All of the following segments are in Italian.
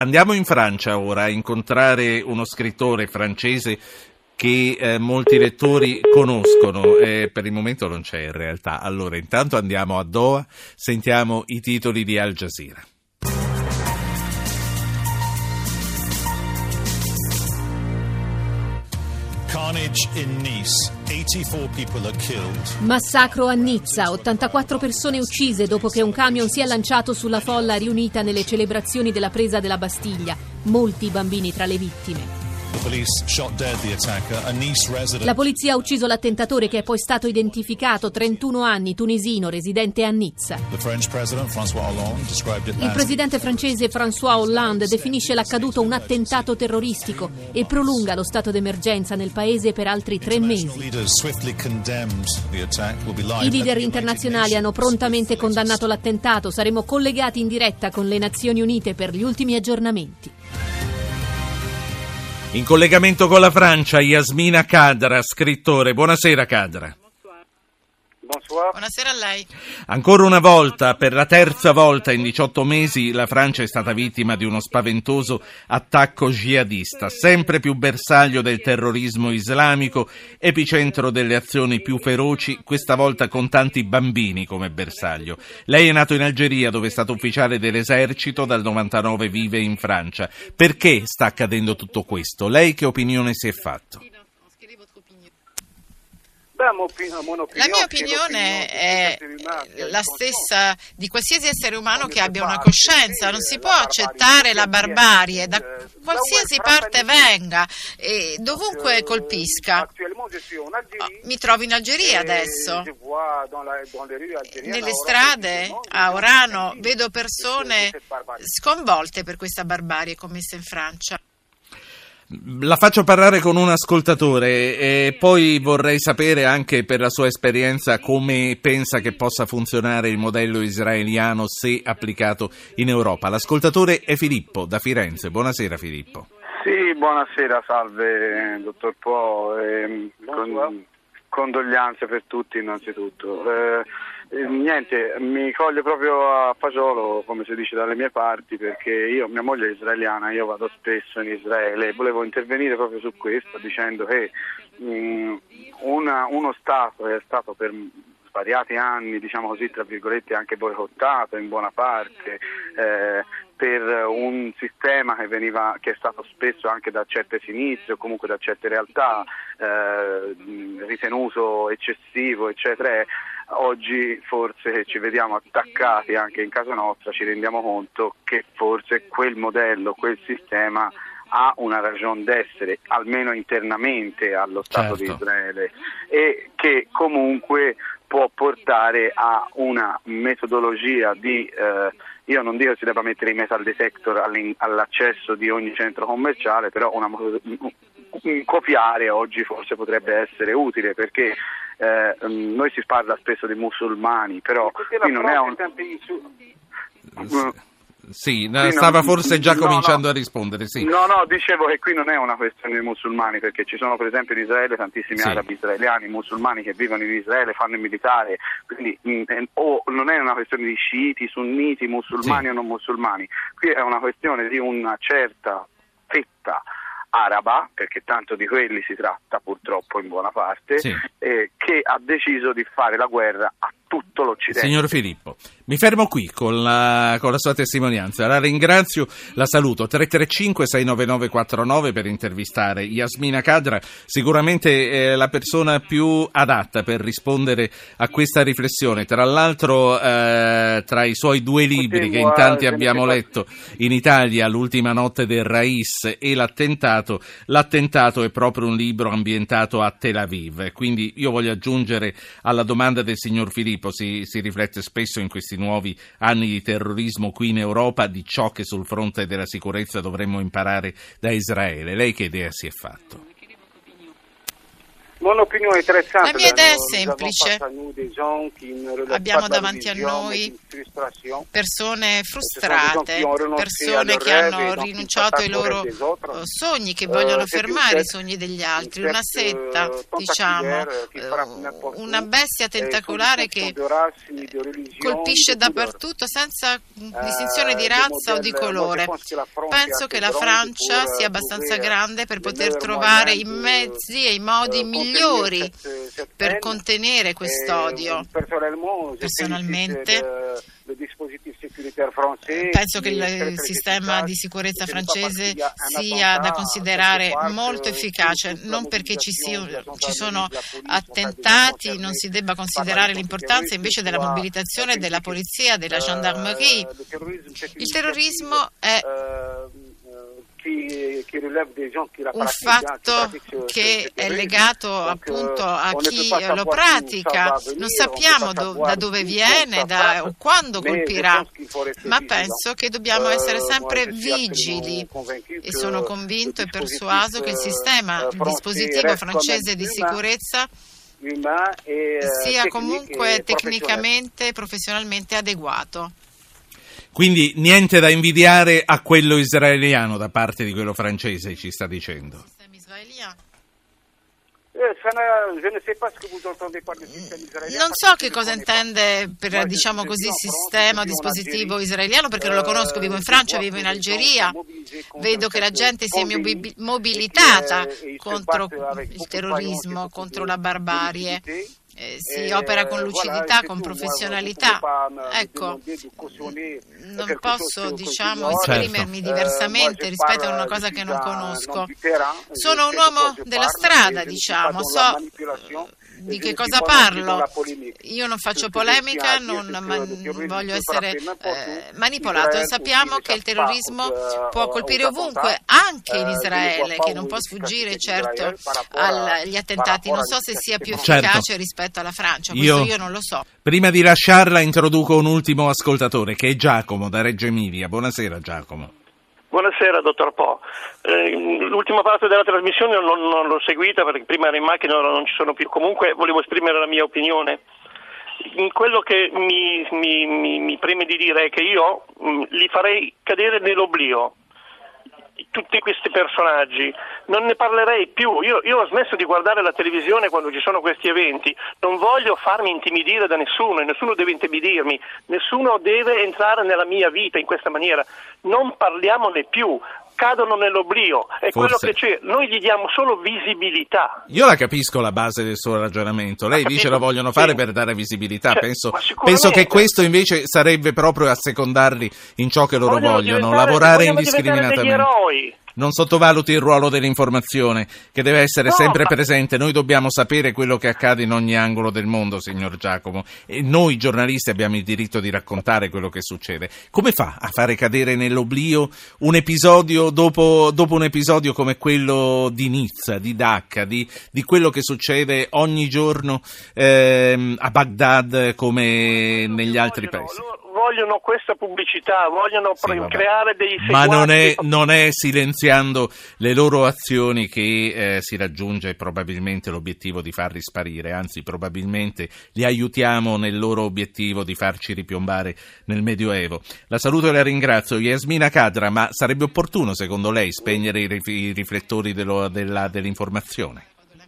Andiamo in Francia ora a incontrare uno scrittore francese che molti lettori conoscono, per il momento non c'è in realtà. Allora, intanto andiamo a Doha, sentiamo i titoli di Al Jazeera. Massacro a Nizza, 84 persone uccise dopo che un camion si è lanciato sulla folla riunita nelle celebrazioni della presa della Bastiglia, molti bambini tra le vittime. La polizia ha ucciso l'attentatore che è poi stato identificato, 31 anni, tunisino, residente a Nizza. Il presidente francese François Hollande definisce l'accaduto un attentato terroristico e prolunga lo stato d'emergenza nel paese per altri 3 mesi. I leader internazionali hanno prontamente condannato l'attentato. Saremo collegati in diretta con le Nazioni Unite per gli ultimi aggiornamenti. In collegamento con la Francia, Yasmina Khadra, scrittore. Buonasera Khadra. Buonasera a lei. Ancora una volta, per la terza volta in 18 mesi, la Francia è stata vittima di uno spaventoso attacco jihadista, sempre più bersaglio del terrorismo islamico, epicentro delle azioni più feroci, questa volta con tanti bambini come bersaglio. Lei è nato in Algeria, dove è stato ufficiale dell'esercito, dal 99 vive in Francia. Perché sta accadendo tutto questo? Lei che opinione si è fatto? La mia opinione è la stessa di qualsiasi essere umano che abbia una coscienza. Non si può accettare la barbarie da qualsiasi parte venga e dovunque colpisca. Mi trovo in Algeria adesso. Nelle strade a Orano vedo persone sconvolte per questa barbarie commessa in Francia. La faccio parlare con un ascoltatore e poi vorrei sapere anche per la sua esperienza come pensa che possa funzionare il modello israeliano se applicato in Europa. L'ascoltatore è Filippo da Firenze. Buonasera Filippo. Sì, buonasera, salve dottor Po. Condoglianze per tutti innanzitutto. Niente, mi coglie proprio a fagiolo, come si dice dalle mie parti, perché mia moglie è israeliana, io vado spesso in Israele. Volevo intervenire proprio su questo dicendo che uno Stato è stato per svariati anni, diciamo così, tra virgolette, anche boicottato in buona parte per un sistema che è stato spesso anche da certe sinistre o comunque da certe realtà ritenuto eccessivo, eccetera. Oggi forse ci vediamo attaccati anche in casa nostra, ci rendiamo conto che forse quel modello, quel sistema ha una ragion d'essere, almeno internamente allo Stato di Israele, e che comunque può portare a una metodologia di, io non dico che si debba mettere i metal detector all'accesso di ogni centro commerciale, però copiare oggi forse potrebbe essere utile, perché noi si parla spesso di musulmani, però qui non è un... Sì, stava forse già cominciando a rispondere, sì. No, dicevo che qui non è una questione di musulmani, perché ci sono per esempio in Israele tantissimi arabi israeliani, musulmani che vivono in Israele, fanno il militare, quindi non è una questione di sciiti, sunniti, musulmani o non musulmani, qui è una questione di una certa fetta araba, perché tanto di quelli si tratta purtroppo in buona parte, che ha deciso di fare la guerra a tutto l'Occidente. Signor Filippo, mi fermo qui con la sua testimonianza. La ringrazio, la saluto. 335-69949 per intervistare Yasmina Khadra, sicuramente la persona più adatta per rispondere a questa riflessione. Tra l'altro, tra i suoi 2 libri che in tanti abbiamo letto in Italia, L'ultima notte del Rais e L'attentato è proprio un libro ambientato a Tel Aviv. Quindi io voglio aggiungere alla domanda del signor Filippo, si riflette spesso in questi nuovi anni di terrorismo qui in Europa di ciò che sul fronte della sicurezza dovremmo imparare da Israele. Lei che idea si è fatto? La mia idea è semplice. Abbiamo davanti a noi persone frustrate, persone che hanno rinunciato ai loro sogni, che vogliono fermare i sogni degli altri, una setta, diciamo, una bestia tentacolare che colpisce dappertutto senza distinzione di razza o di colore. Penso che la Francia sia abbastanza grande per poter trovare i mezzi e i modi migliori per contenere quest'odio. Personalmente penso che il sistema di sicurezza francese sia da considerare molto efficace, non perché ci sono attentati non si debba considerare l'importanza invece della mobilitazione della polizia, della gendarmerie. Il terrorismo è un fatto che è legato appunto a chi lo pratica. Non sappiamo da dove viene o quando colpirà, ma penso che dobbiamo essere sempre vigili e sono convinto e persuaso che il sistema, il dispositivo francese di sicurezza sia comunque tecnicamente e professionalmente adeguato. Quindi niente da invidiare a quello israeliano da parte di quello francese, ci sta dicendo. Non so che cosa intende per, diciamo così, sistema o dispositivo israeliano, perché non lo conosco, vivo in Francia, vivo in Algeria, vedo che la gente si è mobilitata contro il terrorismo, contro la barbarie. Si opera con lucidità, con professionalità. Ecco, non posso, diciamo, esprimermi diversamente rispetto a una cosa che non conosco. Sono un uomo della strada, diciamo, so di che cosa parlo. Io non faccio polemica, non voglio essere manipolato. Sappiamo che il terrorismo può colpire ovunque, anche in Israele, che non può sfuggire certo agli attentati. Non so se sia più efficace rispetto alla Francia, questo io non lo so. Prima di lasciarla introduco un ultimo ascoltatore, che è Giacomo da Reggio Emilia. Buonasera Giacomo. Buonasera, dottor Po. L'ultima parte della trasmissione non l'ho seguita perché prima ero in macchina, ora non ci sono più. Comunque volevo esprimere la mia opinione. Quello che mi preme di dire è che io li farei cadere nell'oblio. Tutti questi personaggi, non ne parlerei più. Io ho smesso di guardare la televisione quando ci sono questi eventi, non voglio farmi intimidire da nessuno e nessuno deve intimidirmi, nessuno deve entrare nella mia vita in questa maniera, non parliamone più, cadono nell'oblio, è quello che c'è, noi gli diamo solo visibilità. Io la capisco la base del suo ragionamento, lei dice lo vogliono fare per dare visibilità, penso che questo invece sarebbe proprio assecondarli in ciò che loro vogliono lavorare indiscriminatamente. Non sottovaluti il ruolo dell'informazione, che deve essere sempre presente. Noi dobbiamo sapere quello che accade in ogni angolo del mondo, signor Giacomo, e noi giornalisti abbiamo il diritto di raccontare quello che succede. Come fa a fare cadere nell'oblio un episodio dopo un episodio come quello di Nizza, di Dacca, di quello che succede ogni giorno a Baghdad come negli altri paesi? Vogliono questa pubblicità, vogliono creare dei seguaci. Ma non è silenziando le loro azioni che si raggiunge probabilmente l'obiettivo di farli sparire, anzi probabilmente li aiutiamo nel loro obiettivo di farci ripiombare nel Medioevo. La saluto e la ringrazio. Yasmina Khadra, ma sarebbe opportuno secondo lei spegnere i riflettori dell'informazione?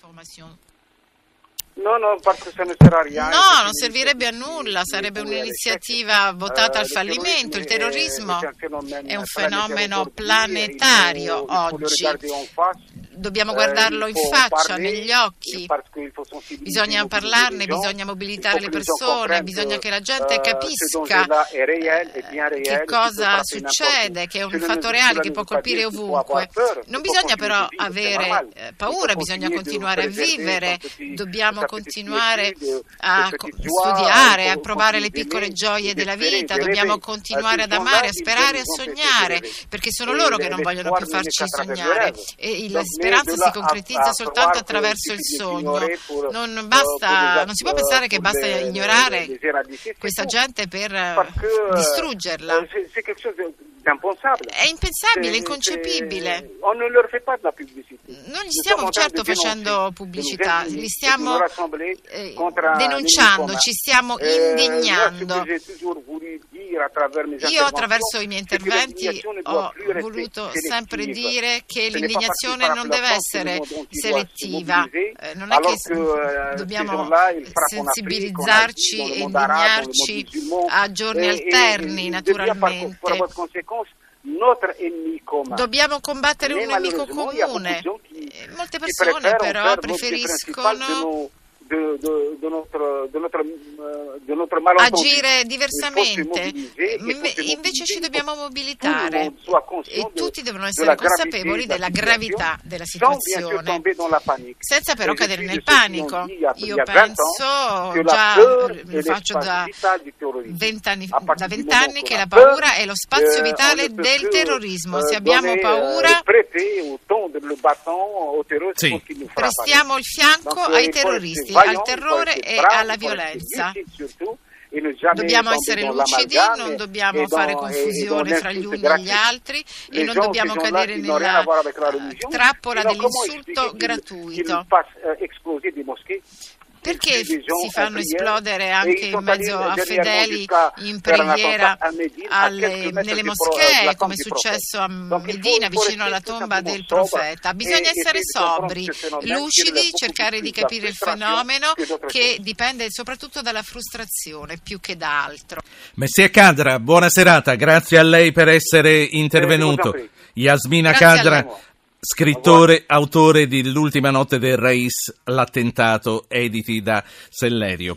No, non servirebbe a nulla, sarebbe un'iniziativa votata al fallimento. Il terrorismo è un fenomeno planetario oggi. Dobbiamo guardarlo in faccia, negli occhi, bisogna parlarne, bisogna mobilitare le persone, bisogna che la gente capisca che cosa succede, che è un fatto reale che può colpire ovunque. Non bisogna però avere paura, bisogna continuare a vivere, dobbiamo continuare a studiare, a provare le piccole gioie della vita, dobbiamo continuare ad amare, a sperare, a sognare, perché sono loro che non vogliono più farci sognare. E la speranza si concretizza soltanto attraverso il sogno. Non si può pensare che basta ignorare questa gente per distruggerla. È impensabile, inconcepibile. On ne leur fait pas de la publicité. Non gli stiamo certo facendo pubblicità, li stiamo denunciando, ci stiamo indignando. Io attraverso i miei interventi ho voluto sempre dire che l'indignazione non deve essere selettiva, non è che dobbiamo sensibilizzarci e indignarci a giorni alterni, naturalmente. Dobbiamo combattere un nemico comune. Molte persone però preferiscono agire diversamente, invece ci dobbiamo mobilitare e tutti devono essere consapevoli della gravità della situazione, senza però cadere nel panico. Io penso, già lo faccio da 20 anni, che la paura è lo spazio vitale del terrorismo. Se abbiamo paura, prestiamo il fianco ai terroristi, al terrore e alla violenza. Dobbiamo essere lucidi, non dobbiamo fare confusione fra gli uni e gli altri e non dobbiamo cadere nella trappola dell'insulto gratuito. Perché si fanno esplodere anche in mezzo a fedeli in preghiera nelle moschee, come è successo a Medina, vicino alla tomba del profeta? Bisogna essere sobri, lucidi, cercare di capire il fenomeno che dipende soprattutto dalla frustrazione più che da altro. Messie Khadra, buona serata, grazie a lei per essere intervenuto. Yasmina Khadra, scrittore, autore di L'ultima notte del Rais, l'attentato, editi da Sellerio.